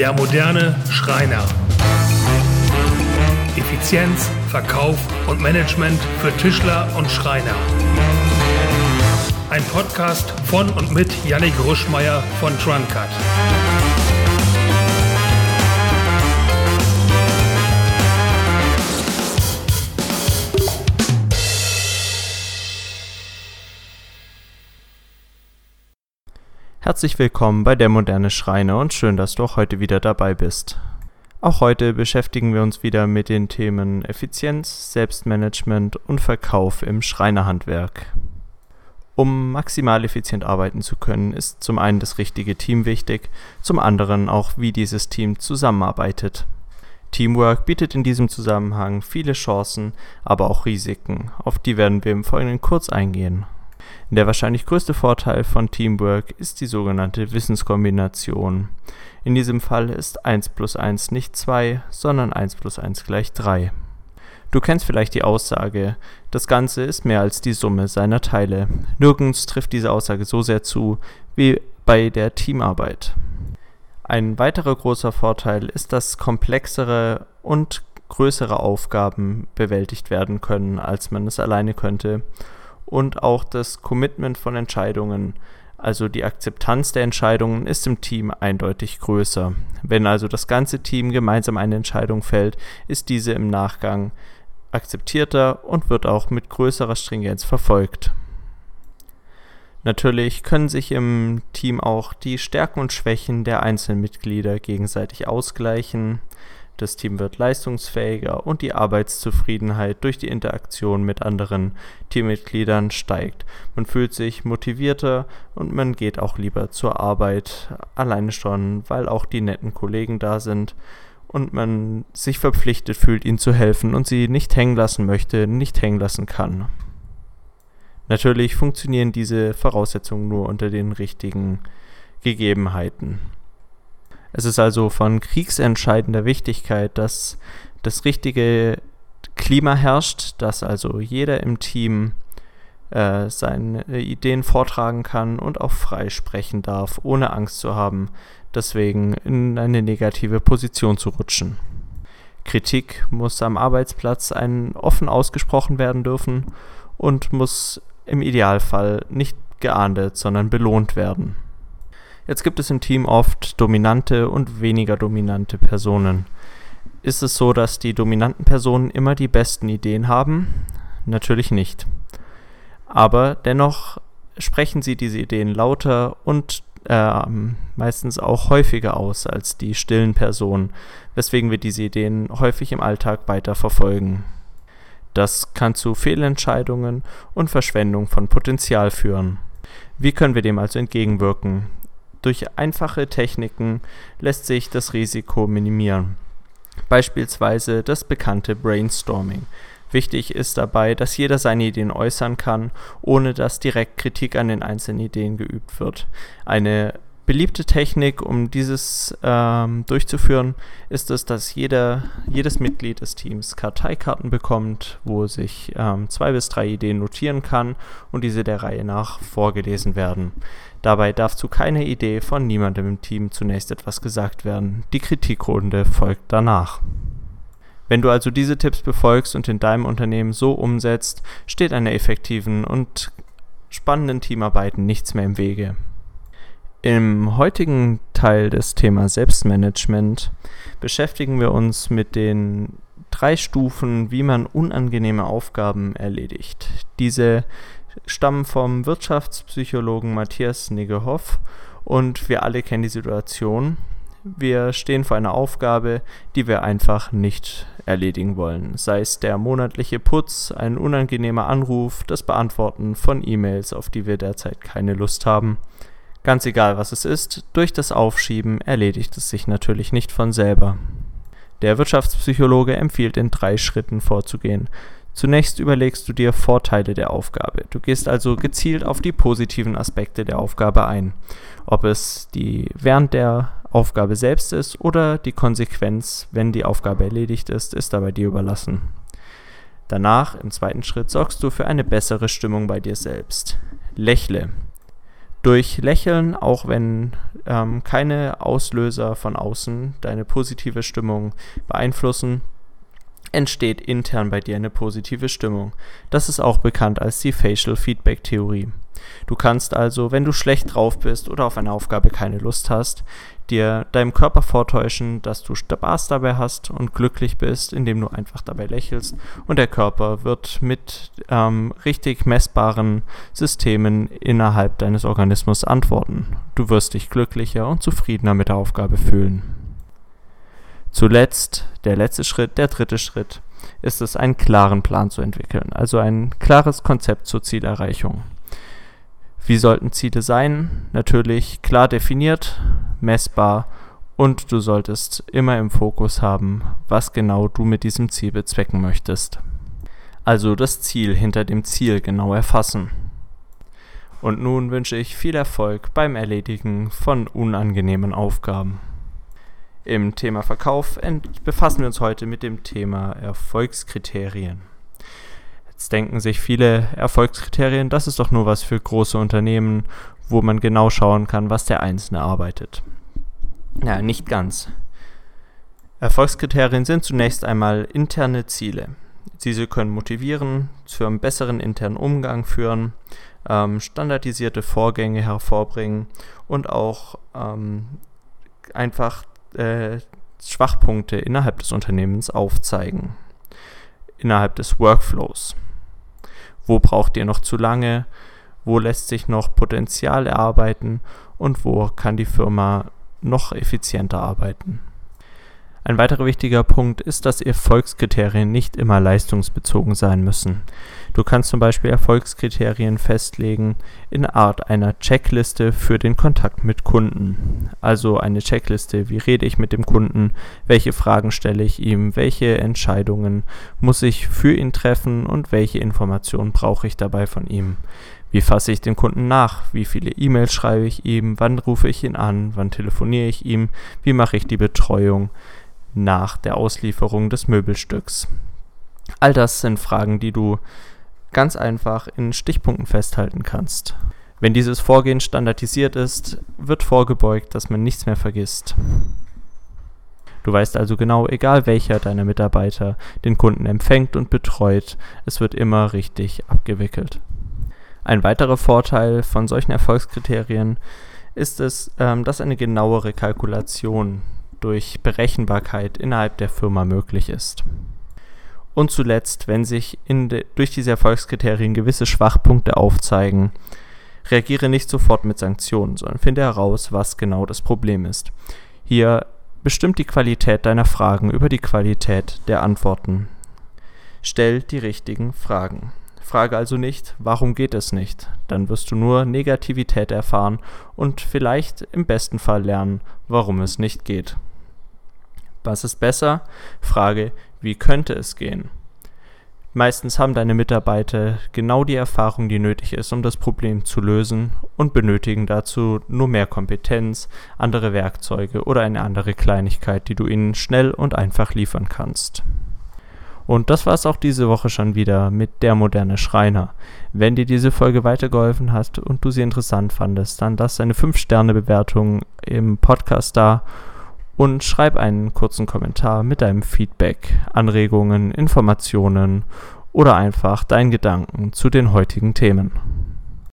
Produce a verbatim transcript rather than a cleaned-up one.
Der moderne Schreiner. Effizienz, Verkauf und Management für Tischler und Schreiner. Ein Podcast von und mit Yannick Ruschmeier von Truncut. Herzlich willkommen bei Der moderne Schreiner und schön, dass du auch heute wieder dabei bist. Auch heute beschäftigen wir uns wieder mit den Themen Effizienz, Selbstmanagement und Verkauf im Schreinerhandwerk. Um maximal effizient arbeiten zu können, ist zum einen das richtige Team wichtig, zum anderen auch, wie dieses Team zusammenarbeitet. Teamwork bietet in diesem Zusammenhang viele Chancen, aber auch Risiken, auf die werden wir im Folgenden kurz eingehen. Der wahrscheinlich größte Vorteil von Teamwork ist die sogenannte Wissenskombination. In diesem Fall ist eins plus eins nicht zwei, sondern eins plus eins gleich drei. Du kennst vielleicht die Aussage, das Ganze ist mehr als die Summe seiner Teile. Nirgends trifft diese Aussage so sehr zu wie bei der Teamarbeit. Ein weiterer großer Vorteil ist, dass komplexere und größere Aufgaben bewältigt werden können, als man es alleine könnte. Und auch das Commitment von Entscheidungen, also die Akzeptanz der Entscheidungen, ist im Team eindeutig größer. Wenn also das ganze Team gemeinsam eine Entscheidung fällt, ist diese im Nachgang akzeptierter und wird auch mit größerer Stringenz verfolgt. Natürlich können sich im Team auch die Stärken und Schwächen der einzelnen Mitglieder gegenseitig ausgleichen. Das Team wird leistungsfähiger und die Arbeitszufriedenheit durch die Interaktion mit anderen Teammitgliedern steigt. Man fühlt sich motivierter und man geht auch lieber zur Arbeit, alleine schon, weil auch die netten Kollegen da sind und man sich verpflichtet fühlt, ihnen zu helfen und sie nicht hängen lassen möchte, nicht hängen lassen kann. Natürlich funktionieren diese Voraussetzungen nur unter den richtigen Gegebenheiten. Es ist also von kriegsentscheidender Wichtigkeit, dass das richtige Klima herrscht, dass also jeder im Team äh, seine Ideen vortragen kann und auch frei sprechen darf, ohne Angst zu haben, deswegen in eine negative Position zu rutschen. Kritik muss am Arbeitsplatz ein, offen ausgesprochen werden dürfen und muss im Idealfall nicht geahndet, sondern belohnt werden. Jetzt gibt es im Team oft dominante und weniger dominante Personen. Ist es so, dass die dominanten Personen immer die besten Ideen haben? Natürlich nicht. Aber dennoch sprechen sie diese Ideen lauter und äh, meistens auch häufiger aus als die stillen Personen, weswegen wir diese Ideen häufig im Alltag weiter verfolgen. Das kann zu Fehlentscheidungen und Verschwendung von Potenzial führen. Wie können wir dem also entgegenwirken? Durch einfache Techniken lässt sich das Risiko minimieren. Beispielsweise das bekannte Brainstorming. Wichtig ist dabei, dass jeder seine Ideen äußern kann, ohne dass direkt Kritik an den einzelnen Ideen geübt wird. Eine beliebte Technik, um dieses ähm, durchzuführen, ist es, dass jeder, jedes Mitglied des Teams Karteikarten bekommt, wo sich ähm, zwei bis drei Ideen notieren kann und diese der Reihe nach vorgelesen werden. Dabei darf zu keiner Idee von niemandem im Team zunächst etwas gesagt werden. Die Kritikrunde folgt danach. Wenn du also diese Tipps befolgst und in deinem Unternehmen so umsetzt, steht einer effektiven und spannenden Teamarbeit nichts mehr im Wege. Im heutigen Teil des Themas Selbstmanagement beschäftigen wir uns mit den drei Stufen, wie man unangenehme Aufgaben erledigt. Diese stammen vom Wirtschaftspsychologen Matthias Niggehoff und wir alle kennen die Situation. Wir stehen vor einer Aufgabe, die wir einfach nicht erledigen wollen. Sei es der monatliche Putz, ein unangenehmer Anruf, das Beantworten von E-Mails, auf die wir derzeit keine Lust haben. Ganz egal, was es ist, durch das Aufschieben erledigt es sich natürlich nicht von selber. Der Wirtschaftspsychologe empfiehlt, in drei Schritten vorzugehen. Zunächst überlegst du dir Vorteile der Aufgabe. Du gehst also gezielt auf die positiven Aspekte der Aufgabe ein. Ob es die während der Aufgabe selbst ist oder die Konsequenz, wenn die Aufgabe erledigt ist, ist dabei dir überlassen. Danach, im zweiten Schritt, sorgst du für eine bessere Stimmung bei dir selbst. Lächle. Durch Lächeln, auch wenn ähm, keine Auslöser von außen deine positive Stimmung beeinflussen, entsteht intern bei dir eine positive Stimmung. Das ist auch bekannt als die Facial Feedback Theorie. Du kannst also, wenn du schlecht drauf bist oder auf eine Aufgabe keine Lust hast, dir deinem Körper vortäuschen, dass du Spaß dabei hast und glücklich bist, indem du einfach dabei lächelst, und der Körper wird mit ähm, richtig messbaren Systemen innerhalb deines Organismus antworten. Du wirst dich glücklicher und zufriedener mit der Aufgabe fühlen. Zuletzt, der letzte Schritt, der dritte Schritt, ist es, einen klaren Plan zu entwickeln, also ein klares Konzept zur Zielerreichung. Wie sollten Ziele sein? Natürlich klar definiert, messbar, und du solltest immer im Fokus haben, was genau du mit diesem Ziel bezwecken möchtest. Also das Ziel hinter dem Ziel genau erfassen. Und nun wünsche ich viel Erfolg beim Erledigen von unangenehmen Aufgaben. Im Thema Verkauf befassen wir uns heute mit dem Thema Erfolgskriterien. Jetzt denken sich viele, Erfolgskriterien, das ist doch nur was für große Unternehmen, wo man genau schauen kann, was der Einzelne arbeitet. Ja, nicht ganz. Erfolgskriterien sind zunächst einmal interne Ziele. Diese können motivieren, zu einem besseren internen Umgang führen, ähm, standardisierte Vorgänge hervorbringen und auch ähm, einfach äh, Schwachpunkte innerhalb des Unternehmens aufzeigen. Innerhalb des Workflows. Wo braucht ihr noch zu lange? Wo lässt sich noch Potenzial erarbeiten? Und wo kann die Firma noch effizienter arbeiten? Ein weiterer wichtiger Punkt ist, dass Erfolgskriterien nicht immer leistungsbezogen sein müssen. Du kannst zum Beispiel Erfolgskriterien festlegen in Art einer Checkliste für den Kontakt mit Kunden. Also eine Checkliste, wie rede ich mit dem Kunden, welche Fragen stelle ich ihm, welche Entscheidungen muss ich für ihn treffen und welche Informationen brauche ich dabei von ihm. Wie fasse ich den Kunden nach? Wie viele E-Mails schreibe ich ihm? Wann rufe ich ihn an? Wann telefoniere ich ihm? Wie mache ich die Betreuung nach der Auslieferung des Möbelstücks? All das sind Fragen, die du ganz einfach in Stichpunkten festhalten kannst. Wenn dieses Vorgehen standardisiert ist, wird vorgebeugt, dass man nichts mehr vergisst. Du weißt also genau, egal welcher deiner Mitarbeiter den Kunden empfängt und betreut, es wird immer richtig abgewickelt. Ein weiterer Vorteil von solchen Erfolgskriterien ist es, ähm, dass eine genauere Kalkulation durch Berechenbarkeit innerhalb der Firma möglich ist. Und zuletzt, wenn sich in de, durch diese Erfolgskriterien gewisse Schwachpunkte aufzeigen, reagiere nicht sofort mit Sanktionen, sondern finde heraus, was genau das Problem ist. Hier bestimmt die Qualität deiner Fragen über die Qualität der Antworten. Stell die richtigen Fragen. Frage also nicht, warum geht es nicht? Dann wirst du nur Negativität erfahren und vielleicht im besten Fall lernen, warum es nicht geht. Was ist besser? Frage, wie könnte es gehen? Meistens haben deine Mitarbeiter genau die Erfahrung, die nötig ist, um das Problem zu lösen, und benötigen dazu nur mehr Kompetenz, andere Werkzeuge oder eine andere Kleinigkeit, die du ihnen schnell und einfach liefern kannst. Und das war es auch diese Woche schon wieder mit Der moderne Schreiner. Wenn dir diese Folge weitergeholfen hat und du sie interessant fandest, dann lass eine fünf Sterne Bewertung im Podcast da und schreib einen kurzen Kommentar mit deinem Feedback, Anregungen, Informationen oder einfach deinen Gedanken zu den heutigen Themen.